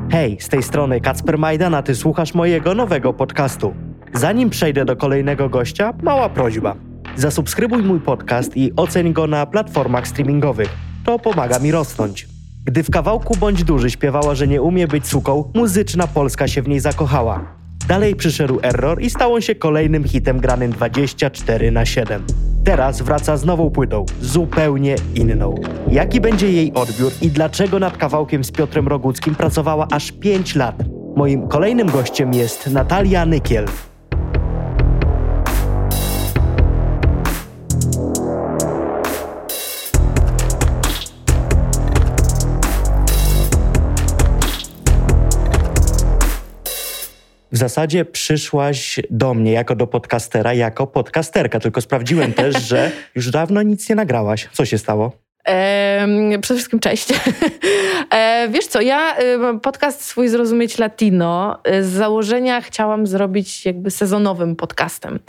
Hej, z tej strony Kacper Majdan, a ty słuchasz mojego nowego podcastu. Zanim przejdę do kolejnego gościa, mała prośba. Zasubskrybuj mój podcast i oceń go na platformach streamingowych. To pomaga mi rosnąć. Gdy w kawałku Bądź Duży śpiewała, że nie umie być suką, muzyczna Polska się w niej zakochała. Dalej przyszedł Error i stał on się kolejnym hitem granym 24/7. Teraz wraca z nową płytą, zupełnie inną. Jaki będzie jej odbiór i dlaczego nad kawałkiem z Piotrem Roguckim pracowała aż 5 lat? Moim kolejnym gościem jest Natalia Nykiel. W zasadzie przyszłaś do mnie jako do podcastera, jako podcasterka, tylko sprawdziłem też, że już dawno nic nie nagrałaś. Co się stało? Przede wszystkim cześć. Wiesz co, ja podcast swój Zrozumieć Latino z założenia chciałam zrobić jakby sezonowym podcastem.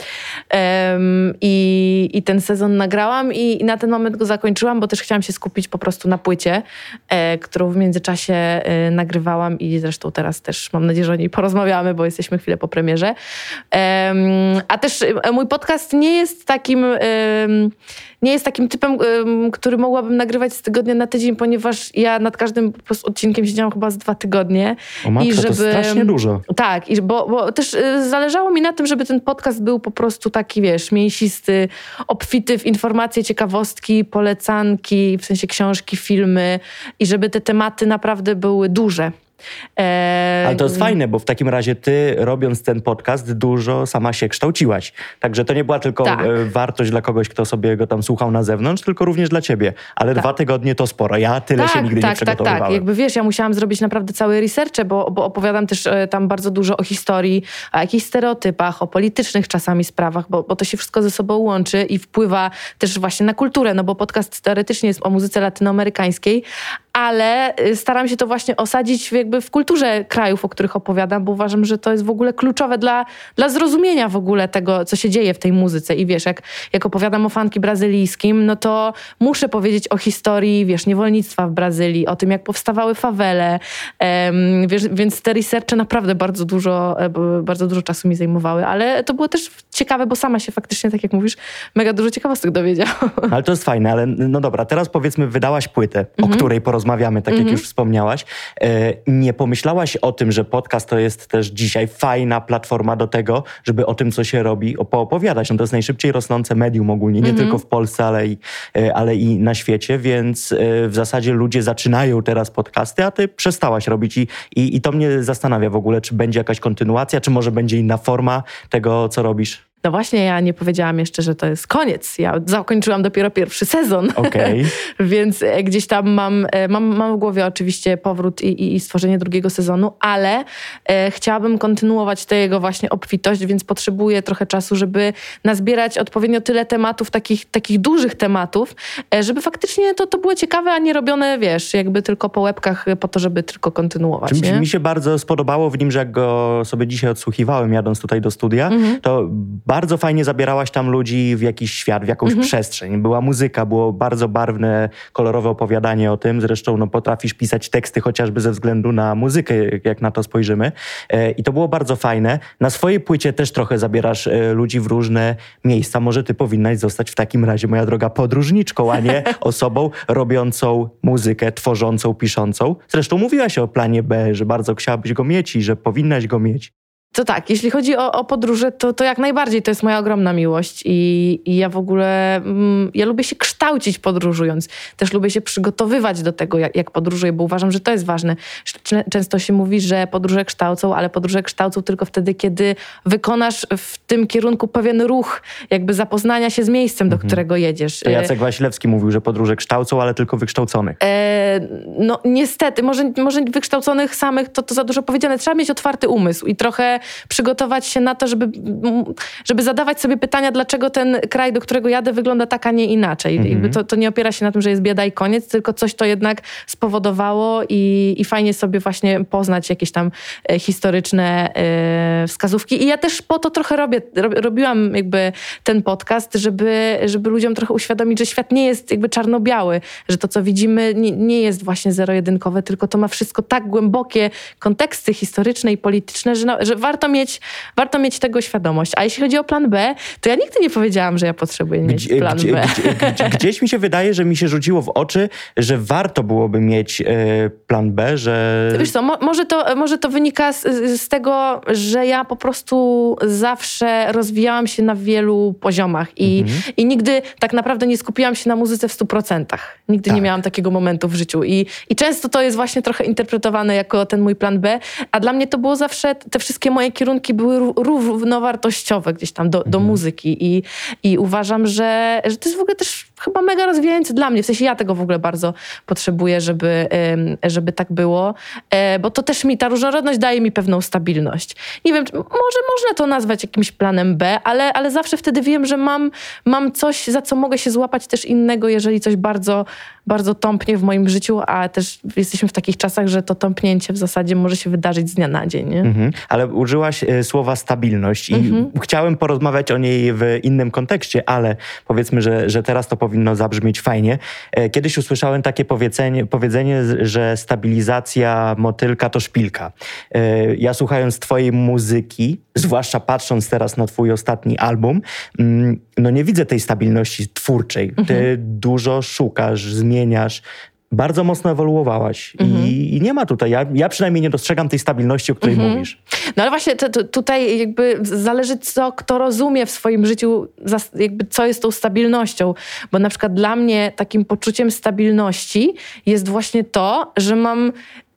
I ten sezon nagrałam i na ten moment go zakończyłam, bo też chciałam się skupić po prostu na płycie, którą w międzyczasie nagrywałam i zresztą teraz też mam nadzieję, że o niej porozmawiamy, bo jesteśmy chwilę po premierze. A też mój podcast nie jest takim typem, który mogłabym nagrywać z tygodnia na tydzień, ponieważ ja nad każdym po prostu odcinkiem siedziałam chyba z 2 tygodnie. O matko, to strasznie dużo. Tak, bo też zależało mi na tym, żeby ten podcast był po prostu taki, wiesz, mięsisty, obfity w informacje, ciekawostki, polecanki, w sensie książki, filmy i żeby te tematy naprawdę były duże. Ale to jest fajne, bo w takim razie ty, robiąc ten podcast, dużo sama się kształciłaś. Także to nie była tylko wartość dla kogoś, kto sobie go tam słuchał na zewnątrz, tylko również dla ciebie. Ale 2 tygodnie to sporo. Ja tyle się nigdy nie przygotowywałem. Tak. Jakby wiesz, ja musiałam zrobić naprawdę całe researche, bo opowiadam też tam bardzo dużo o historii, o jakichś stereotypach, o politycznych czasami sprawach, bo to się wszystko ze sobą łączy i wpływa też właśnie na kulturę, no bo podcast teoretycznie jest o muzyce latynoamerykańskiej, ale staram się to właśnie osadzić jakby w kulturze krajów, o których opowiadam, bo uważam, że to jest w ogóle kluczowe dla zrozumienia w ogóle tego, co się dzieje w tej muzyce. I wiesz, jak opowiadam o funky brazylijskim, no to muszę powiedzieć o historii, wiesz, niewolnictwa w Brazylii, o tym, jak powstawały fawele, wiesz, więc te researche naprawdę bardzo dużo czasu mi zajmowały, ale to było też ciekawe, bo sama się faktycznie, tak jak mówisz, mega dużo ciekawostek dowiedziałam. Ale to jest fajne, ale no dobra, teraz powiedzmy, wydałaś płytę, o której porozmawiamy, tak jak już wspomniałaś. Nie pomyślałaś o tym, że podcast to jest też dzisiaj fajna platforma do tego, żeby o tym, co się robi, poopowiadać. No to jest najszybciej rosnące medium ogólnie, nie tylko w Polsce, ale i na świecie, więc w zasadzie ludzie zaczynają teraz podcasty, a ty przestałaś robić i to mnie zastanawia w ogóle, czy będzie jakaś kontynuacja, czy może będzie inna forma tego, co robisz? No właśnie, ja nie powiedziałam jeszcze, że to jest koniec. Ja zakończyłam dopiero 1. sezon. Okay. Więc gdzieś tam mam w głowie oczywiście powrót i stworzenie 2. sezonu, ale chciałabym kontynuować tę jego właśnie obfitość, więc potrzebuję trochę czasu, żeby nazbierać odpowiednio tyle tematów, takich dużych tematów, żeby faktycznie to było ciekawe, a nie robione, wiesz, jakby tylko po łebkach po to, żeby tylko kontynuować. Czymś mi się bardzo spodobało w nim, że jak go sobie dzisiaj odsłuchiwałem, jadąc tutaj do studia, to bardzo fajnie zabierałaś tam ludzi w jakiś świat, w jakąś przestrzeń. Była muzyka, było bardzo barwne, kolorowe opowiadanie o tym. Zresztą no, potrafisz pisać teksty chociażby ze względu na muzykę, jak na to spojrzymy. I to było bardzo fajne. Na swojej płycie też trochę zabierasz ludzi w różne miejsca. Może ty powinnaś zostać w takim razie, moja droga, podróżniczką, a nie osobą robiącą muzykę, tworzącą, piszącą. Zresztą mówiłaś o planie B, że bardzo chciałabyś go mieć i że powinnaś go mieć. To tak, jeśli chodzi o podróże, to jak najbardziej to jest moja ogromna miłość i ja w ogóle, ja lubię się kształcić podróżując. Też lubię się przygotowywać do tego, jak podróżuję, bo uważam, że to jest ważne. Często się mówi, że podróże kształcą, ale podróże kształcą tylko wtedy, kiedy wykonasz w tym kierunku pewien ruch, jakby zapoznania się z miejscem, do którego jedziesz. To Jacek Wasilewski mówił, że podróże kształcą, ale tylko wykształconych. No niestety, może wykształconych samych to za dużo powiedziane. Trzeba mieć otwarty umysł i trochę przygotować się na to, żeby zadawać sobie pytania, dlaczego ten kraj, do którego jadę, wygląda tak, a nie inaczej. Jakby to nie opiera się na tym, że jest bieda i koniec, tylko coś to jednak spowodowało i fajnie sobie właśnie poznać jakieś tam historyczne wskazówki. I ja też po to trochę robiłam jakby ten podcast, żeby ludziom trochę uświadomić, że świat nie jest jakby czarno-biały, że to, co widzimy, nie jest właśnie zero-jedynkowe, tylko to ma wszystko tak głębokie konteksty historyczne i polityczne, że warto mieć tego świadomość. A jeśli chodzi o plan B, to ja nigdy nie powiedziałam, że ja potrzebuję mieć plan B. Gdzieś mi się wydaje, że mi się rzuciło w oczy, że warto byłoby mieć plan B, że... Wiesz co, może to wynika z tego, że ja po prostu zawsze rozwijałam się na wielu poziomach i nigdy tak naprawdę nie skupiłam się na muzyce w 100%. Nigdy nie miałam takiego momentu w życiu i często to jest właśnie trochę interpretowane jako ten mój plan B, a dla mnie to było zawsze, te wszystkie moje kierunki były równowartościowe gdzieś tam do muzyki i uważam, że to jest w ogóle też chyba mega rozwijające dla mnie. W sensie ja tego w ogóle bardzo potrzebuję, żeby tak było, bo to też ta różnorodność daje mi pewną stabilność. Nie wiem, może można to nazwać jakimś planem B, ale zawsze wtedy wiem, że mam coś, za co mogę się złapać też innego, jeżeli coś bardzo, bardzo tąpnie w moim życiu, a też jesteśmy w takich czasach, że to tąpnięcie w zasadzie może się wydarzyć z dnia na dzień. Nie? Ale użyłaś słowa stabilność i chciałem porozmawiać o niej w innym kontekście, ale powiedzmy, że teraz to powinno zabrzmieć fajnie. Kiedyś usłyszałem takie powiedzenie, że stabilizacja motylka to szpilka. Ja słuchając twojej muzyki, zwłaszcza patrząc teraz na twój ostatni album, no nie widzę tej stabilności twórczej. Ty dużo szukasz, zmieniasz, bardzo mocno ewoluowałaś i nie ma tutaj, ja przynajmniej nie dostrzegam tej stabilności, o której mówisz. No ale właśnie tutaj jakby zależy, co kto rozumie w swoim życiu, jakby co jest tą stabilnością, bo na przykład dla mnie takim poczuciem stabilności jest właśnie to, że mam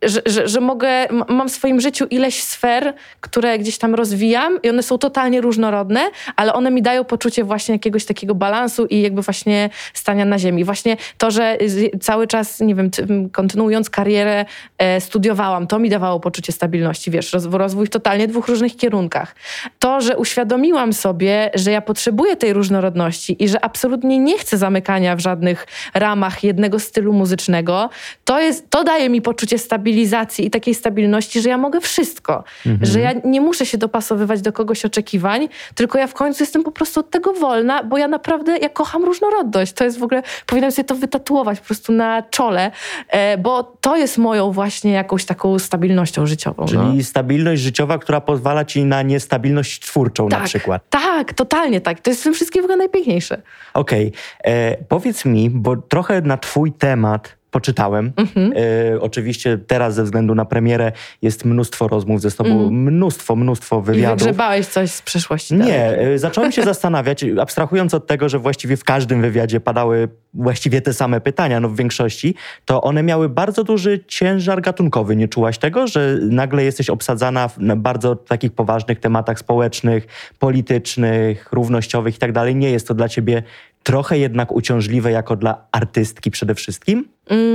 w swoim życiu ileś sfer, które gdzieś tam rozwijam i one są totalnie różnorodne, ale one mi dają poczucie właśnie jakiegoś takiego balansu i jakby właśnie stania na ziemi. Właśnie to, że cały czas, nie wiem, kontynuując karierę, studiowałam, to mi dawało poczucie stabilności, wiesz, rozwój w totalnie dwóch różnych kierunkach. To, że uświadomiłam sobie, że ja potrzebuję tej różnorodności i że absolutnie nie chcę zamykania w żadnych ramach jednego stylu muzycznego, to daje mi poczucie stabilizacji i takiej stabilności, że ja mogę wszystko. Że ja nie muszę się dopasowywać do kogoś oczekiwań, tylko ja w końcu jestem po prostu od tego wolna, bo ja naprawdę, ja kocham różnorodność. To jest w ogóle, powinnam sobie to wytatuować po prostu na czole, bo to jest moją właśnie jakąś taką stabilnością życiową. Czyli stabilność życiowa, która pozwala ci na niestabilność twórczą na przykład. Tak, totalnie tak. To jest w tym wszystkim w ogóle najpiękniejsze. Okej. Powiedz mi, bo trochę na twój temat poczytałem. Oczywiście teraz ze względu na premierę jest mnóstwo rozmów ze sobą, mnóstwo wywiadów. I wygrzebałeś coś z przeszłości. Nie, zacząłem się zastanawiać, abstrahując od tego, że właściwie w każdym wywiadzie padały właściwie te same pytania, no w większości, to one miały bardzo duży ciężar gatunkowy. Nie czułaś tego, że nagle jesteś obsadzana na bardzo takich poważnych tematach społecznych, politycznych, równościowych i tak dalej? Nie jest to dla ciebie trochę jednak uciążliwe jako dla artystki przede wszystkim?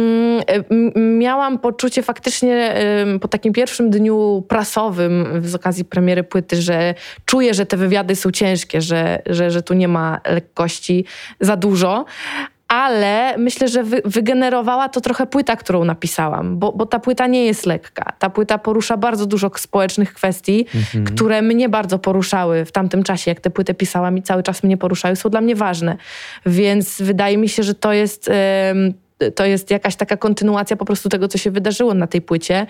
Miałam poczucie faktycznie po takim pierwszym dniu prasowym z okazji premiery płyty, że czuję, że te wywiady są ciężkie, że tu nie ma lekkości za dużo. Ale myślę, że wygenerowała to trochę płyta, którą napisałam, bo ta płyta nie jest lekka. Ta płyta porusza bardzo dużo społecznych kwestii, które mnie bardzo poruszały w tamtym czasie, jak tę płytę pisałam i cały czas mnie poruszały, są dla mnie ważne. Więc wydaje mi się, że to jest jakaś taka kontynuacja po prostu tego, co się wydarzyło na tej płycie.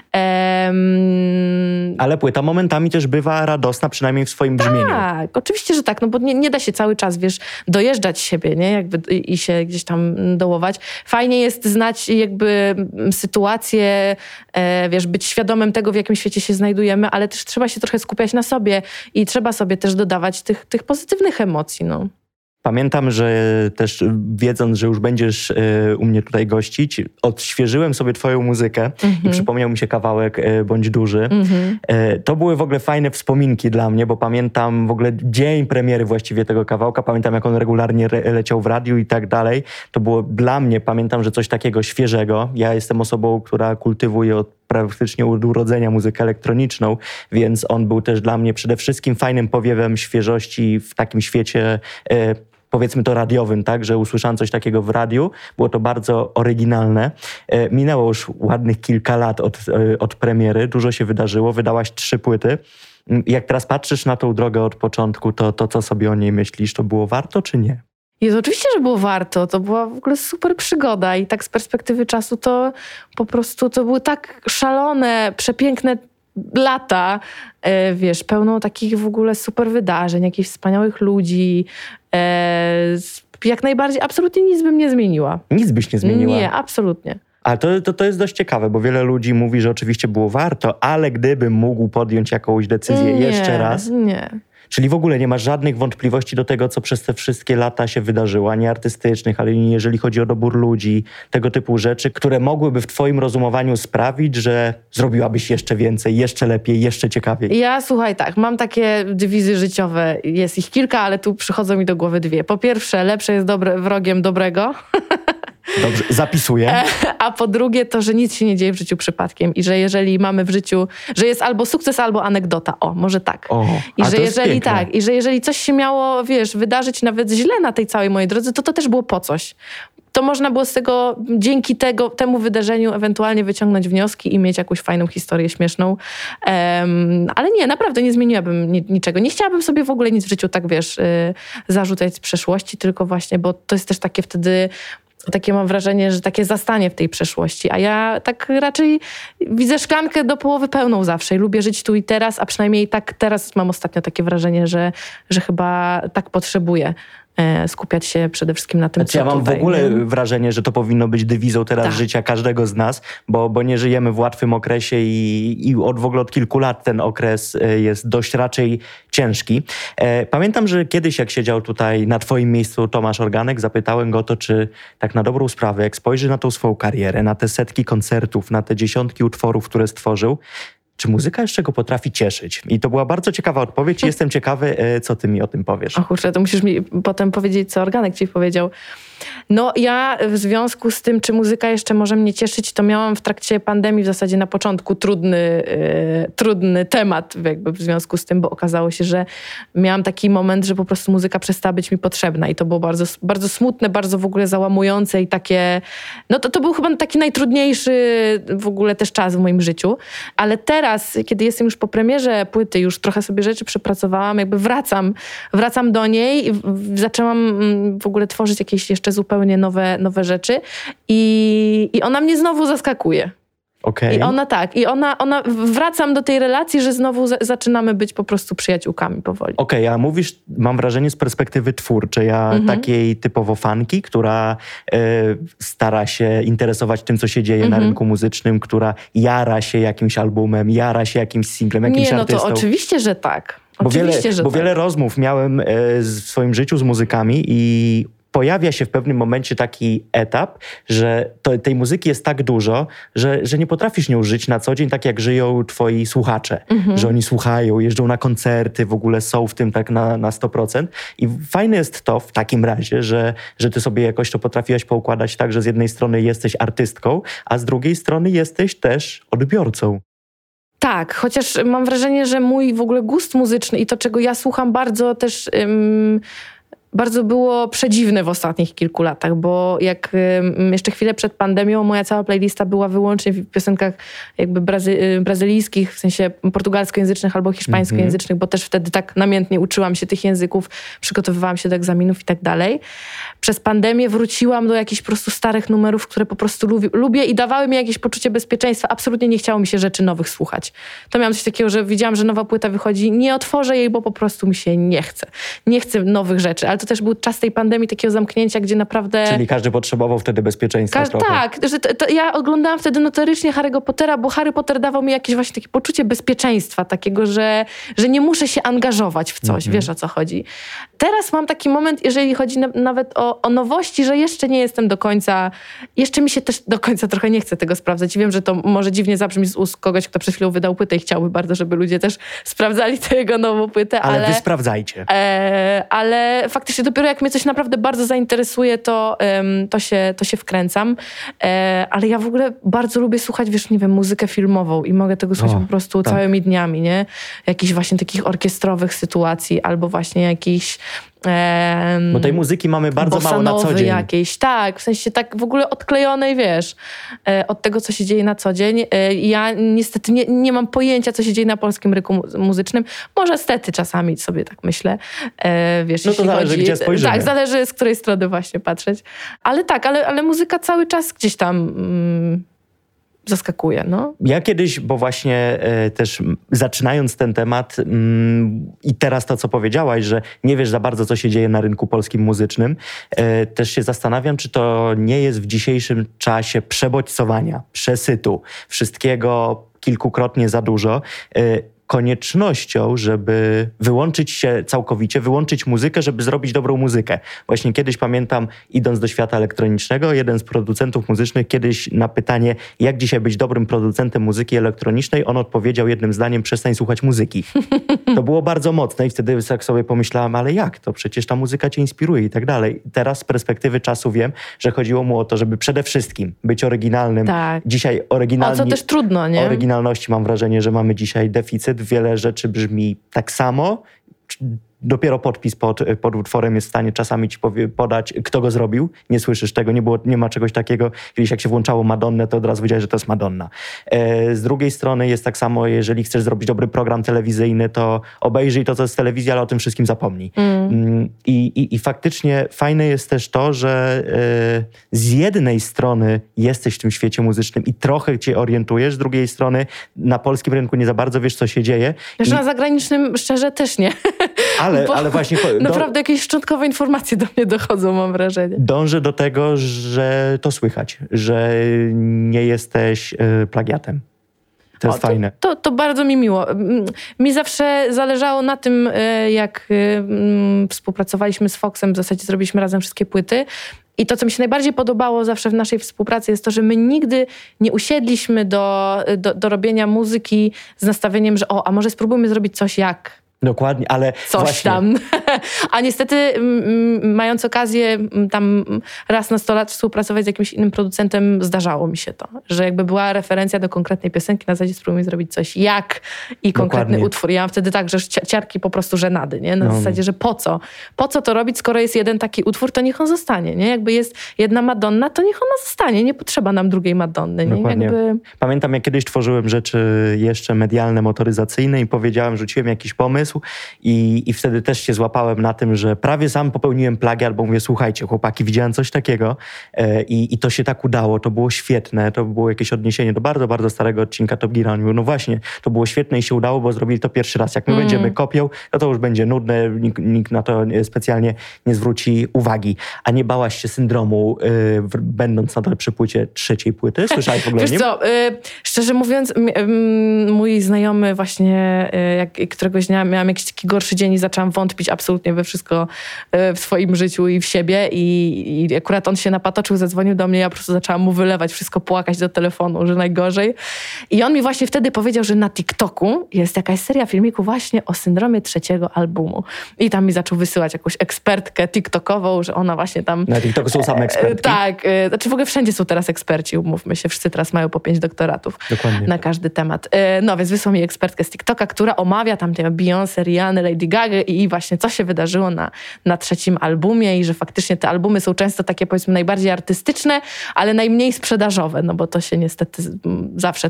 Ale płyta momentami też bywa radosna, przynajmniej w swoim brzmieniu. Tak, oczywiście, że tak, no bo nie da się cały czas, wiesz, dojeżdżać siebie, nie? Jakby i się gdzieś tam dołować. Fajnie jest znać jakby sytuację, wiesz, być świadomym tego, w jakim świecie się znajdujemy, ale też trzeba się trochę skupiać na sobie i trzeba sobie też dodawać tych pozytywnych emocji, no. Pamiętam, że też wiedząc, że już będziesz u mnie tutaj gościć, odświeżyłem sobie twoją muzykę i przypomniał mi się kawałek Bądź duży. To były w ogóle fajne wspominki dla mnie, bo pamiętam w ogóle dzień premiery właściwie tego kawałka, pamiętam jak on regularnie leciał w radiu i tak dalej. To było dla mnie, pamiętam, że coś takiego świeżego. Ja jestem osobą, która kultywuje od praktycznie od urodzenia muzykę elektroniczną, więc on był też dla mnie przede wszystkim fajnym powiewem świeżości w takim świecie, powiedzmy to radiowym, tak, że usłyszałem coś takiego w radiu, było to bardzo oryginalne. Minęło już ładnych kilka lat od premiery, dużo się wydarzyło, wydałaś 3 płyty. Jak teraz patrzysz na tą drogę od początku, to co sobie o niej myślisz? To było warto czy nie? Jest oczywiście, że było warto. To była w ogóle super przygoda i tak z perspektywy czasu to po prostu to były tak szalone, przepiękne lata, wiesz, pełną takich w ogóle super wydarzeń, jakichś wspaniałych ludzi. Jak najbardziej, absolutnie nic bym nie zmieniła. Nic byś nie zmieniła? Nie, absolutnie. Ale to jest dość ciekawe, bo wiele ludzi mówi, że oczywiście było warto, ale gdybym mógł podjąć jakąś decyzję jeszcze raz... Nie. Czyli w ogóle nie masz żadnych wątpliwości do tego, co przez te wszystkie lata się wydarzyło, ani artystycznych, ale jeżeli chodzi o dobór ludzi, tego typu rzeczy, które mogłyby w twoim rozumowaniu sprawić, że zrobiłabyś jeszcze więcej, jeszcze lepiej, jeszcze ciekawiej. Ja, słuchaj, tak, mam takie dewizy życiowe, jest ich kilka, ale tu przychodzą mi do głowy 2. Po pierwsze, lepsze jest wrogiem dobrego. Dobrze, zapisuję. A po drugie to, że nic się nie dzieje w życiu przypadkiem i że jeżeli mamy w życiu, że jest albo sukces, albo anegdota. O, może tak. I że jeżeli tak, i że jeżeli coś się miało, wiesz, wydarzyć nawet źle na tej całej mojej drodze, to też było po coś. To można było z tego, dzięki temu wydarzeniu ewentualnie wyciągnąć wnioski i mieć jakąś fajną historię śmieszną. Ale nie, naprawdę nie zmieniłabym niczego. Nie chciałabym sobie w ogóle nic w życiu tak, wiesz, zarzucać z przeszłości, tylko właśnie, bo to jest też takie wtedy... Takie mam wrażenie, że takie zastanie w tej przeszłości. A ja tak raczej widzę szklankę do połowy pełną zawsze i lubię żyć tu i teraz, a przynajmniej tak teraz mam ostatnio takie wrażenie, że chyba tak potrzebuję skupiać się przede wszystkim na tym, co ja mam tutaj, w ogóle wrażenie, że to powinno być dewizą teraz życia każdego z nas, bo nie żyjemy w łatwym okresie i w ogóle od kilku lat ten okres jest dość raczej ciężki. Pamiętam, że kiedyś jak siedział tutaj na twoim miejscu Tomasz Organek, zapytałem go to, czy tak na dobrą sprawę, jak spojrzy na tą swoją karierę, na te setki koncertów, na te dziesiątki utworów, które stworzył, czy muzyka jeszcze go potrafi cieszyć? I to była bardzo ciekawa odpowiedź i jestem ciekawy, co ty mi o tym powiesz. O kurczę, to musisz mi potem powiedzieć, co Organek ci powiedział. No ja w związku z tym, czy muzyka jeszcze może mnie cieszyć, to miałam w trakcie pandemii w zasadzie na początku trudny temat jakby w związku z tym, bo okazało się, że miałam taki moment, że po prostu muzyka przestała być mi potrzebna i to było bardzo, bardzo smutne, bardzo w ogóle załamujące i takie, no to był chyba taki najtrudniejszy w ogóle też czas w moim życiu, ale teraz, kiedy jestem już po premierze płyty, już trochę sobie rzeczy przepracowałam, jakby wracam do niej i zaczęłam w ogóle tworzyć jakieś jeszcze zupełnie nowe rzeczy i ona mnie znowu zaskakuje. Okay. I ona wracam do tej relacji, że znowu zaczynamy być po prostu przyjaciółkami powoli. Okej, a mówisz, mam wrażenie z perspektywy twórczej, takiej typowo fanki, która stara się interesować tym, co się dzieje na rynku muzycznym, która jara się jakimś albumem, jara się jakimś singlem, jakimś artystą. To oczywiście, że tak. Bo wiele rozmów miałem w swoim życiu z muzykami i pojawia się w pewnym momencie taki etap, że tej muzyki jest tak dużo, że nie potrafisz nią żyć na co dzień, tak jak żyją twoi słuchacze. Że oni słuchają, jeżdżą na koncerty, w ogóle są w tym tak na 100%. I fajne jest to w takim razie, że ty sobie jakoś to potrafiłaś poukładać tak, że z jednej strony jesteś artystką, a z drugiej strony jesteś też odbiorcą. Tak, chociaż mam wrażenie, że mój w ogóle gust muzyczny i to, czego ja słucham, bardzo też... bardzo było przedziwne w ostatnich kilku latach, bo jak jeszcze chwilę przed pandemią moja cała playlista była wyłącznie w piosenkach jakby brazylijskich, w sensie portugalskojęzycznych albo hiszpańskojęzycznych, bo też wtedy tak namiętnie uczyłam się tych języków, przygotowywałam się do egzaminów i tak dalej. Przez pandemię wróciłam do jakichś po prostu starych numerów, które po prostu lubię i dawały mi jakieś poczucie bezpieczeństwa. Absolutnie nie chciało mi się rzeczy nowych słuchać. To miałam coś takiego, że widziałam, że nowa płyta wychodzi, nie otworzę jej, bo po prostu mi się nie chce. Nie chcę nowych rzeczy, ale to też był czas tej pandemii, takiego zamknięcia, gdzie naprawdę... Czyli każdy potrzebował wtedy bezpieczeństwa trochę. Tak, że ja oglądałam wtedy notorycznie Harry'ego Pottera, bo Harry Potter dawał mi jakieś właśnie takie poczucie bezpieczeństwa, takiego, że nie muszę się angażować w coś, wiesz o co chodzi. Teraz mam taki moment, jeżeli chodzi nawet o nowości, że jeszcze nie jestem do końca, jeszcze mi się też do końca trochę nie chce tego sprawdzać. I wiem, że to może dziwnie zabrzmi z ust kogoś, kto przed chwilą wydał płytę i chciałby bardzo, żeby ludzie też sprawdzali tę jego nową płytę. Ale wy sprawdzajcie. Ale faktycznie faktycznie dopiero jak mnie coś naprawdę bardzo zainteresuje, to się wkręcam. Ale ja w ogóle bardzo lubię słuchać, wiesz, nie wiem, muzykę filmową i mogę tego słuchać po prostu całymi dniami, nie? Jakichś właśnie takich orkiestrowych sytuacji albo właśnie jakichś bo tej muzyki mamy bardzo mało na co dzień. Jakieś, tak, w sensie tak w ogóle odklejonej, wiesz, od tego, co się dzieje na co dzień. Ja niestety nie mam pojęcia, co się dzieje na polskim rynku muzycznym. Może stety czasami sobie tak myślę, wiesz, no to zależy, gdzie spojrzymy. Tak, zależy, z której strony właśnie patrzeć. Ale tak, ale muzyka cały czas gdzieś tam zaskakuje, no. Ja kiedyś, bo właśnie też zaczynając ten temat i teraz to, co powiedziałaś, że nie wiesz za bardzo, co się dzieje na rynku polskim muzycznym, też się zastanawiam, czy to nie jest w dzisiejszym czasie przebodźcowania, przesytu, wszystkiego kilkukrotnie za dużo, koniecznością, żeby wyłączyć się całkowicie, wyłączyć muzykę, żeby zrobić dobrą muzykę. Właśnie kiedyś pamiętam, idąc do świata elektronicznego, jeden z producentów muzycznych kiedyś na pytanie, jak dzisiaj być dobrym producentem muzyki elektronicznej, on odpowiedział jednym zdaniem, przestań słuchać muzyki. To było bardzo mocne i wtedy tak sobie pomyślałam, ale jak to? Przecież ta muzyka cię inspiruje i tak dalej. Teraz z perspektywy czasu wiem, że chodziło mu o to, żeby przede wszystkim być oryginalnym. Tak. Dzisiaj o co też trudno, nie? Oryginalności mam wrażenie, że mamy dzisiaj deficyt. Wiele rzeczy brzmi tak samo. Dopiero podpis pod utworem jest w stanie czasami ci podać, kto go zrobił. Nie słyszysz tego, nie ma czegoś takiego. Kiedyś jak się włączało Madonnę, to od razu wiedziałeś, że to jest Madonna. Z drugiej strony jest tak samo, jeżeli chcesz zrobić dobry program telewizyjny, to obejrzyj to, co jest z telewizji, ale o tym wszystkim zapomnij. I faktycznie fajne jest też to, że z jednej strony jesteś w tym świecie muzycznym i trochę cię orientujesz, z drugiej strony na polskim rynku nie za bardzo wiesz, co się dzieje. Na zagranicznym szczerze też nie. Ale właśnie... Naprawdę jakieś szczątkowe informacje do mnie dochodzą, mam wrażenie. Dążę do tego, że to słychać, że nie jesteś plagiatem. To jest fajne. To bardzo mi miło. Mi zawsze zależało na tym, jak współpracowaliśmy z Foxem, w zasadzie zrobiliśmy razem wszystkie płyty. I to, co mi się najbardziej podobało zawsze w naszej współpracy, jest to, że my nigdy nie usiedliśmy do robienia muzyki z nastawieniem, że a może spróbujmy zrobić coś jak... Dokładnie, ale coś właśnie. tam. A niestety, mając okazję tam raz na 100 lat współpracować z jakimś innym producentem, zdarzało mi się to, że jakby była referencja do konkretnej piosenki, na zasadzie spróbujmy zrobić coś jak i konkretny Dokładnie. utwór. Ja mam wtedy tak, że ciarki po prostu żenady, nie? Na zasadzie, że po co? Po co to robić, skoro jest jeden taki utwór, to niech on zostanie, nie? Jakby jest jedna Madonna, to niech ona zostanie. Nie potrzeba nam drugiej Madonny, nie? Dokładnie. Pamiętam, jak kiedyś tworzyłem rzeczy jeszcze medialne, motoryzacyjne i powiedziałem, rzuciłem jakiś pomysł i wtedy też się złapałem na tym, że prawie sam popełniłem plagiat, bo mówię, słuchajcie, chłopaki, widziałem coś takiego i to się tak udało, to było świetne, to było jakieś odniesienie do bardzo, bardzo starego odcinka Top Gear. No właśnie, to było świetne i się udało, bo zrobili to pierwszy raz. Jak my będziemy kopią, to już będzie nudne, nikt na to specjalnie nie zwróci uwagi. A nie bałaś się syndromu, będąc nadal przy płycie trzeciej płyty? Słyszałeś w ogóle o nim? Wiesz co, szczerze mówiąc, mój znajomy właśnie, jak któregoś dnia miałam jakiś taki gorszy dzień i zaczęłam wątpić absolutnie we wszystko w swoim życiu i w siebie i akurat on się napatoczył, zadzwonił do mnie, ja po prostu zaczęłam mu wylewać wszystko, płakać do telefonu, że najgorzej. I on mi właśnie wtedy powiedział, że na TikToku jest jakaś seria filmików właśnie o syndromie trzeciego albumu. I tam mi zaczął wysyłać jakąś ekspertkę TikTokową, że ona właśnie tam... Na TikToku są same ekspertki? Tak. Znaczy w ogóle wszędzie są teraz eksperci, umówmy się. Wszyscy teraz mają po 5 doktoratów. Dokładnie. Na każdy temat. No więc wysłał mi ekspertkę z TikToka, która omawia tam Beyoncé, Rihanna, Lady Gaga i właśnie co się wydarzyło na trzecim albumie i że faktycznie te albumy są często takie, powiedzmy, najbardziej artystyczne, ale najmniej sprzedażowe, no bo to się niestety zawsze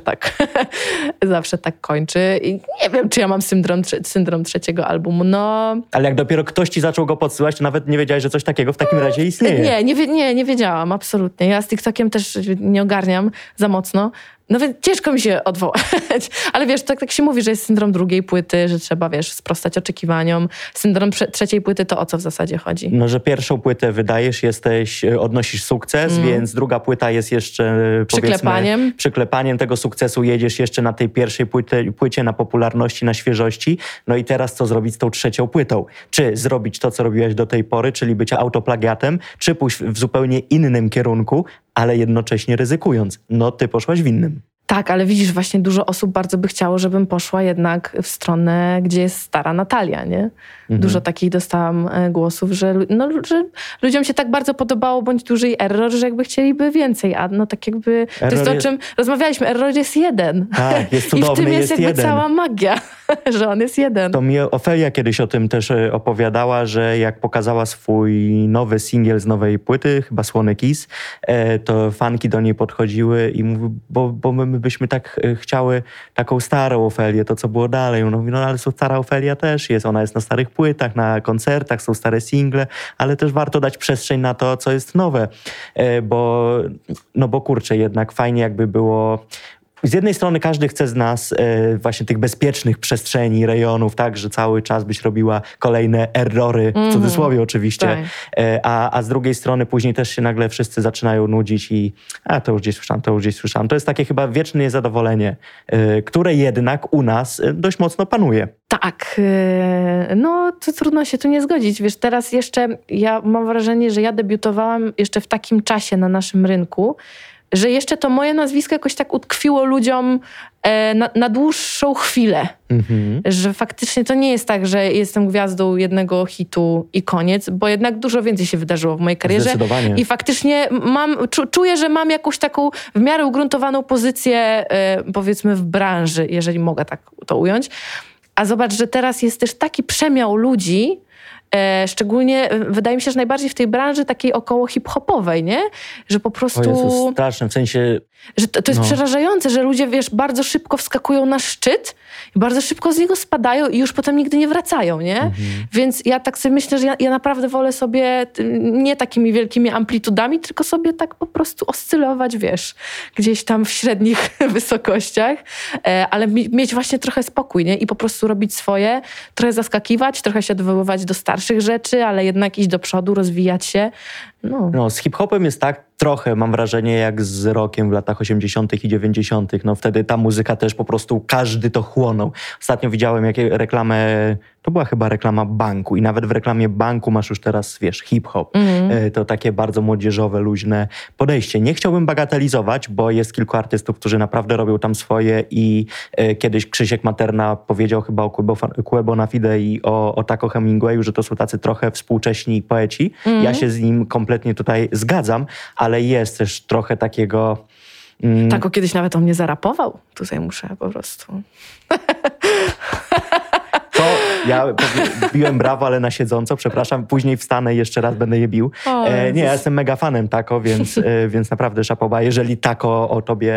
tak kończy. I nie wiem, czy ja mam syndrom trzeciego albumu, no... Ale jak dopiero ktoś ci zaczął go podsyłać, to nawet nie wiedziałeś, że coś takiego w takim razie istnieje. Nie wiedziałam, absolutnie. Ja z TikTokiem też nie ogarniam za mocno. No więc ciężko mi się odwołać. Ale wiesz, tak się mówi, że jest syndrom drugiej płyty, że trzeba, wiesz, sprostać oczekiwaniom. Syndrom trzeciej płyty to o co w zasadzie chodzi? No, że pierwszą płytę wydajesz, odnosisz sukces, więc druga płyta jest jeszcze, powiedzmy, przyklepaniem tego sukcesu. Jedziesz jeszcze na tej pierwszej płycie na popularności, na świeżości. No i teraz co zrobić z tą trzecią płytą? Czy zrobić to, co robiłaś do tej pory, czyli być autoplagiatem, czy pójść w zupełnie innym kierunku, ale jednocześnie ryzykując. No ty poszłaś w innym. Tak, ale widzisz, właśnie dużo osób bardzo by chciało, żebym poszła jednak w stronę, gdzie jest stara Natalia, nie? Dużo takich dostałam głosów, że ludziom się tak bardzo podobało Bądź duży i Error, że jakby chcieliby więcej, a no tak jakby to jest to, o czym rozmawialiśmy, Error jest jeden. Tak, jest cudowny, i w tym jest jakby jeden. cała magia, że on jest jeden. To mi Ofelia kiedyś o tym też opowiadała, że jak pokazała swój nowy singiel z nowej płyty, chyba Słony Kiss, to fanki do niej podchodziły i mówiły, bo my byśmy tak chciały taką starą Ofelię, to co było dalej. Ona mówi, no ale stara Ofelia też jest, ona jest na starych płytach, na koncertach, są stare single, ale też warto dać przestrzeń na to, co jest nowe, bo kurczę, jednak fajnie jakby było. Z jednej strony każdy chce z nas właśnie tych bezpiecznych przestrzeni, rejonów, tak, że cały czas byś robiła kolejne errory, w cudzysłowie oczywiście, tak. a z drugiej strony później też się nagle wszyscy zaczynają nudzić i to już gdzieś słyszałam. To jest takie chyba wieczne niezadowolenie, które jednak u nas dość mocno panuje. Tak, no to trudno się tu nie zgodzić. Wiesz, teraz jeszcze ja mam wrażenie, że ja debiutowałam jeszcze w takim czasie na naszym rynku, że jeszcze to moje nazwisko jakoś tak utkwiło ludziom na dłuższą chwilę. Że faktycznie to nie jest tak, że jestem gwiazdą jednego hitu i koniec, bo jednak dużo więcej się wydarzyło w mojej karierze. Zdecydowanie. I faktycznie czuję, że mam jakąś taką w miarę ugruntowaną pozycję, powiedzmy, w branży, jeżeli mogę tak to ująć. A zobacz, że teraz jest też taki przemiał ludzi, szczególnie wydaje mi się, że najbardziej w tej branży takiej około hip-hopowej, nie? Że po prostu... O Jezu, straszne, w sensie... Że to jest przerażające, że ludzie, wiesz, bardzo szybko wskakują na szczyt i bardzo szybko z niego spadają i już potem nigdy nie wracają, nie? Więc ja tak sobie myślę, że ja naprawdę wolę sobie nie takimi wielkimi amplitudami, tylko sobie tak po prostu oscylować, wiesz, gdzieś tam w średnich wysokościach, ale mieć właśnie trochę spokój, nie? I po prostu robić swoje, trochę zaskakiwać, trochę się odwoływać do starszych rzeczy, ale jednak iść do przodu, rozwijać się. No, z hip-hopem jest tak trochę, mam wrażenie, jak z rockiem w latach 80. i 90. No wtedy ta muzyka też po prostu każdy to chłonął. Ostatnio widziałem reklamę, to była chyba reklama banku i nawet w reklamie banku masz już teraz, wiesz, hip-hop. To takie bardzo młodzieżowe, luźne podejście. Nie chciałbym bagatelizować, bo jest kilku artystów, którzy naprawdę robią tam swoje i kiedyś Krzysiek Materna powiedział chyba o Quebo na Fide i o Taco Hemingwayu, że to są tacy trochę współcześni poeci. Ja się z nim kompletnie tutaj zgadzam, ale jest też trochę takiego... Tako kiedyś nawet o mnie zarapował. Tutaj muszę po prostu... To ja biłem brawo, ale na siedząco, przepraszam. Później wstanę i jeszcze raz będę je bił. Nie, ja jestem mega fanem Tako, więc naprawdę szapoba, jeżeli Tako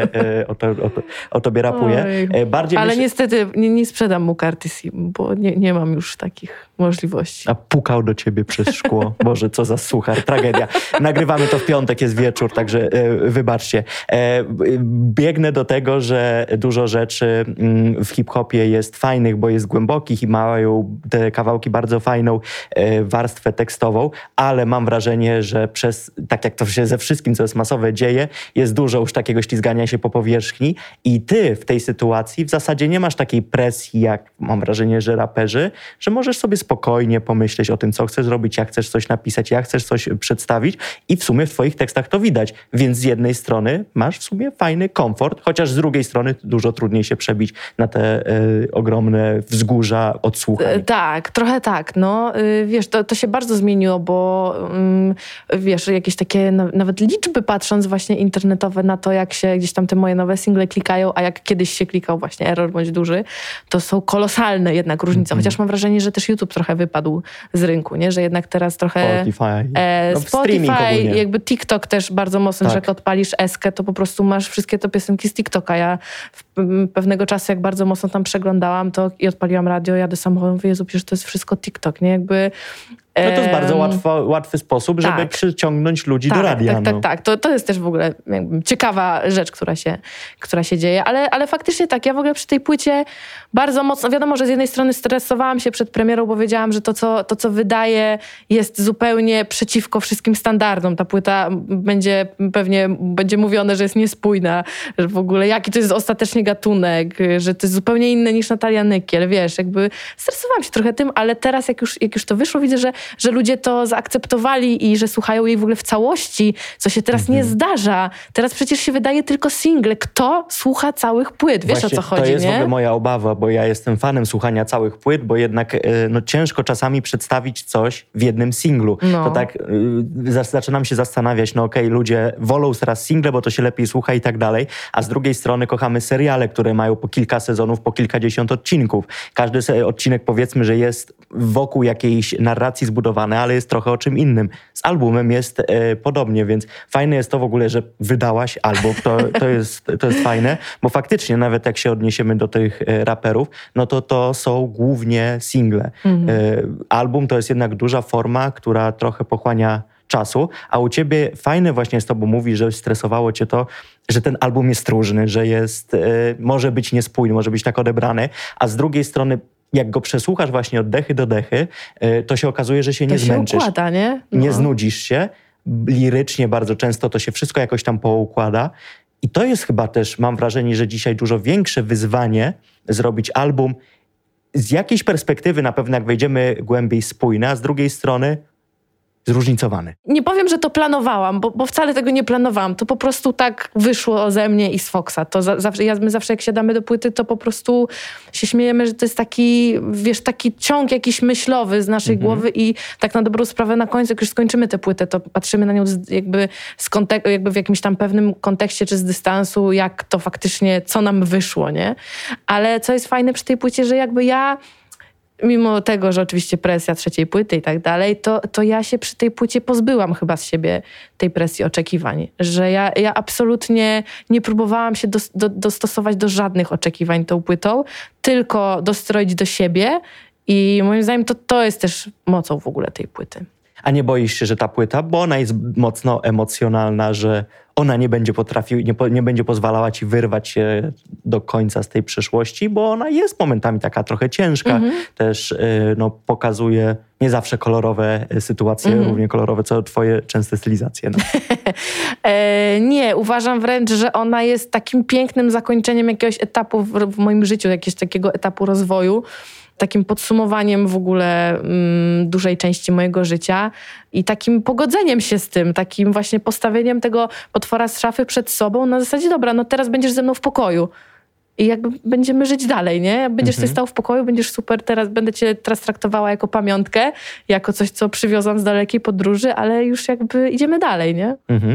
o tobie rapuje. Ale niestety nie sprzedam mu karty SIM, bo nie mam już takich możliwości. A pukał do ciebie przez szkło. Boże, co za suchar, tragedia. Nagrywamy to w piątek, jest wieczór, także wybaczcie. Biegnę do tego, że dużo rzeczy w hip-hopie jest fajnych, bo jest głębokich i mają te kawałki bardzo fajną warstwę tekstową, ale mam wrażenie, że tak jak to się ze wszystkim, co jest masowe, dzieje, jest dużo już takiego ślizgania się po powierzchni i ty w tej sytuacji w zasadzie nie masz takiej presji, jak mam wrażenie, że raperzy, że możesz sobie spokojnie pomyśleć o tym, co chcesz zrobić, jak chcesz coś napisać, jak chcesz coś przedstawić i w sumie w twoich tekstach to widać. Więc z jednej strony masz w sumie fajny komfort, chociaż z drugiej strony dużo trudniej się przebić na te ogromne wzgórza odsłuchań. Tak, trochę tak. No, wiesz, to się bardzo zmieniło, bo wiesz, jakieś takie nawet liczby patrząc właśnie internetowe na to, jak się gdzieś tam te moje nowe single klikają, a jak kiedyś się klikał właśnie Error bądź duży, to są kolosalne jednak różnice. Chociaż mam wrażenie, że też YouTube trochę wypadł z rynku, nie? Że jednak teraz trochę... Spotify, jakby TikTok też bardzo mocno, że jak odpalisz Eskę, to po prostu masz wszystkie te piosenki z TikToka. Ja pewnego czasu, jak bardzo mocno tam przeglądam to i odpaliłam radio, jadę samochodem, mówię, Jezu, przecież to jest wszystko TikTok, nie? Jakby... No to jest bardzo łatwy sposób, żeby przyciągnąć ludzi do radia. Tak. To jest też w ogóle jakby ciekawa rzecz, która się dzieje. Ale faktycznie tak, ja w ogóle przy tej płycie bardzo mocno, wiadomo, że z jednej strony stresowałam się przed premierą, bo wiedziałam, że to, co wydaję, jest zupełnie przeciwko wszystkim standardom. Ta płyta pewnie będzie mówione, że jest niespójna, że w ogóle jaki to jest ostatecznie gatunek, że to jest zupełnie inne niż Natalia Nykiel, wiesz, jakby stresowałam się trochę tym, ale teraz jak już to wyszło, widzę, że że ludzie to zaakceptowali i że słuchają jej w ogóle w całości, co się teraz nie zdarza. Teraz przecież się wydaje tylko single. Kto słucha całych płyt? Wiesz, właśnie, o co chodzi, to jest nie? w ogóle moja obawa, bo ja jestem fanem słuchania całych płyt, bo jednak ciężko czasami przedstawić coś w jednym singlu. No. To tak zaczynam się zastanawiać, ludzie wolą teraz single, bo to się lepiej słucha i tak dalej, a z drugiej strony kochamy seriale, które mają po kilka sezonów, po kilkadziesiąt odcinków. Każdy odcinek, powiedzmy, że jest wokół jakiejś narracji zbudowany, ale jest trochę o czym innym. Z albumem jest podobnie, więc fajne jest to w ogóle, że wydałaś album. To jest fajne, bo faktycznie nawet jak się odniesiemy do tych raperów, to są głównie single. Album to jest jednak duża forma, która trochę pochłania czasu, a u ciebie fajne właśnie jest to, bo mówisz, że stresowało cię to, że ten album jest różny, że może być niespójny, może być tak odebrany, a z drugiej strony jak go przesłuchasz właśnie od dechy do dechy, to się okazuje, że się nie zmęczysz. To się układa, nie? No. Nie znudzisz się. Lirycznie bardzo często to się wszystko jakoś tam poukłada. I to jest chyba też, mam wrażenie, że dzisiaj dużo większe wyzwanie zrobić album z jakiejś perspektywy na pewno, jak wejdziemy głębiej, spójny, a z drugiej strony zróżnicowany. Nie powiem, że to planowałam, bo wcale tego nie planowałam. To po prostu tak wyszło ze mnie i z Foxa. My zawsze jak siadamy do płyty, to po prostu się śmiejemy, że to jest taki ciąg jakiś myślowy z naszej głowy i tak na dobrą sprawę na końcu, jak już skończymy tę płytę, to patrzymy na nią jakby w jakimś tam pewnym kontekście czy z dystansu, jak to faktycznie, co nam wyszło, nie? Ale co jest fajne przy tej płycie, że jakby ja mimo tego, że oczywiście presja trzeciej płyty i tak dalej, to ja się przy tej płycie pozbyłam chyba z siebie tej presji oczekiwań. Że ja absolutnie nie próbowałam się dostosować do żadnych oczekiwań tą płytą, tylko dostroić do siebie i moim zdaniem to jest też mocą w ogóle tej płyty. A nie boisz się, że ta płyta, bo ona jest mocno emocjonalna, że ona nie będzie pozwalała ci wyrwać się do końca z tej przeszłości, bo ona jest momentami taka trochę ciężka. Też pokazuje nie zawsze kolorowe sytuacje, równie kolorowe, co twoje częste stylizacje. No. Nie, uważam wręcz, że ona jest takim pięknym zakończeniem jakiegoś etapu w moim życiu, jakiegoś takiego etapu rozwoju. Takim podsumowaniem w ogóle dużej części mojego życia i takim pogodzeniem się z tym, takim właśnie postawieniem tego potwora z szafy przed sobą na zasadzie, dobra, teraz będziesz ze mną w pokoju i jakby będziemy żyć dalej, nie? Jak będziesz sobie stał w pokoju, będziesz super, będę cię teraz traktowała jako pamiątkę, jako coś, co przywiozłam z dalekiej podróży, ale już jakby idziemy dalej, nie?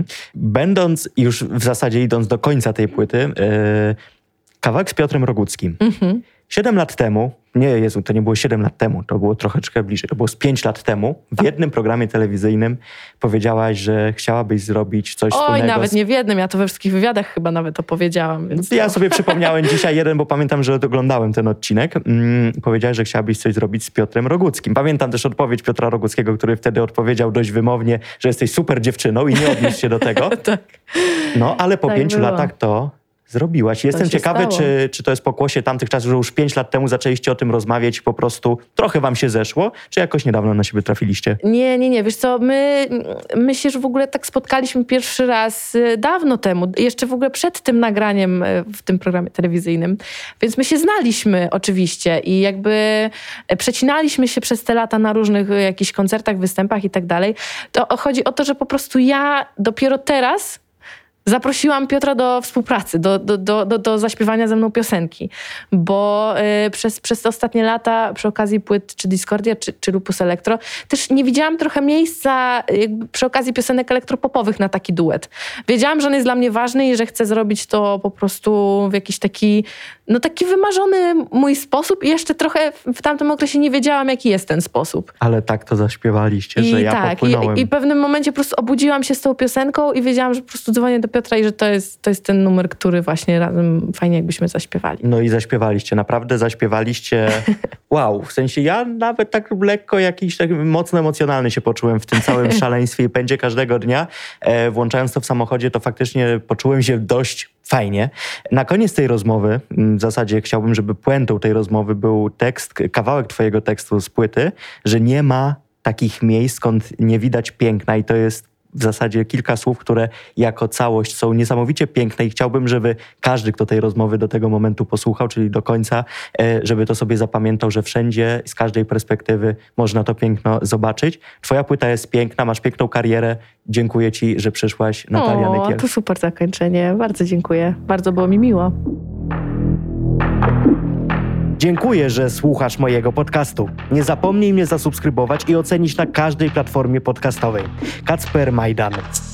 Będąc już w zasadzie idąc do końca tej płyty, kawałek z Piotrem Roguckim. 7 lat temu, to nie było 7 lat temu, to było troszeczkę bliżej, to było z 5 lat temu, w jednym programie telewizyjnym powiedziałaś, że chciałabyś zrobić coś wspólnego. Nawet nie w jednym, ja to we wszystkich wywiadach chyba nawet to powiedziałam. Więc ja sobie przypomniałem dzisiaj jeden, bo pamiętam, że oglądałem ten odcinek. Powiedziałaś, że chciałabyś coś zrobić z Piotrem Roguckim. Pamiętam też odpowiedź Piotra Roguckiego, który wtedy odpowiedział dość wymownie, że jesteś super dziewczyną i nie odniósł się do tego. Tak. No, ale po 5 latach to zrobiłaś. Jestem ciekawy, czy to jest pokłosie tamtych czasów, że już 5 lat temu zaczęliście o tym rozmawiać i po prostu trochę wam się zeszło, czy jakoś niedawno na siebie trafiliście? Nie. Wiesz co, my się w ogóle tak spotkaliśmy pierwszy raz dawno temu, jeszcze w ogóle przed tym nagraniem w tym programie telewizyjnym. Więc my się znaliśmy oczywiście i jakby przecinaliśmy się przez te lata na różnych jakichś koncertach, występach i tak dalej. To chodzi o to, że po prostu ja dopiero teraz zaprosiłam Piotra do współpracy, do zaśpiewania ze mną piosenki, bo przez te ostatnie lata przy okazji płyt czy Discordia, czy Lupus Electro też nie widziałam trochę miejsca jakby przy okazji piosenek elektropopowych na taki duet. Wiedziałam, że on jest dla mnie ważny i że chcę zrobić to po prostu w jakiś taki wymarzony mój sposób i jeszcze trochę w tamtym okresie nie wiedziałam, jaki jest ten sposób. Ale tak to zaśpiewaliście, że ja popłynąłem. I w pewnym momencie po prostu obudziłam się z tą piosenką i wiedziałam, że po prostu dzwonię do Piotra i że to jest ten numer, który właśnie razem fajnie jakbyśmy zaśpiewali. No i zaśpiewaliście, naprawdę zaśpiewaliście. Wow, w sensie ja nawet tak lekko jakiś tak mocno emocjonalny się poczułem w tym całym szaleństwie i pędzie każdego dnia. Włączając to w samochodzie, to faktycznie poczułem się dość fajnie. Na koniec tej rozmowy, w zasadzie chciałbym, żeby puentą tej rozmowy był kawałek twojego tekstu z płyty, że nie ma takich miejsc, skąd nie widać piękna i to jest w zasadzie kilka słów, które jako całość są niesamowicie piękne i chciałbym, żeby każdy, kto tej rozmowy do tego momentu posłuchał, czyli do końca, żeby to sobie zapamiętał, że wszędzie, z każdej perspektywy można to piękno zobaczyć. Twoja płyta jest piękna, masz piękną karierę. Dziękuję ci, że przyszłaś, Natalia Nykiel. To super zakończenie. Bardzo dziękuję. Bardzo było mi miło. Dziękuję, że słuchasz mojego podcastu. Nie zapomnij mnie zasubskrybować i ocenić na każdej platformie podcastowej. Kacper Majdan.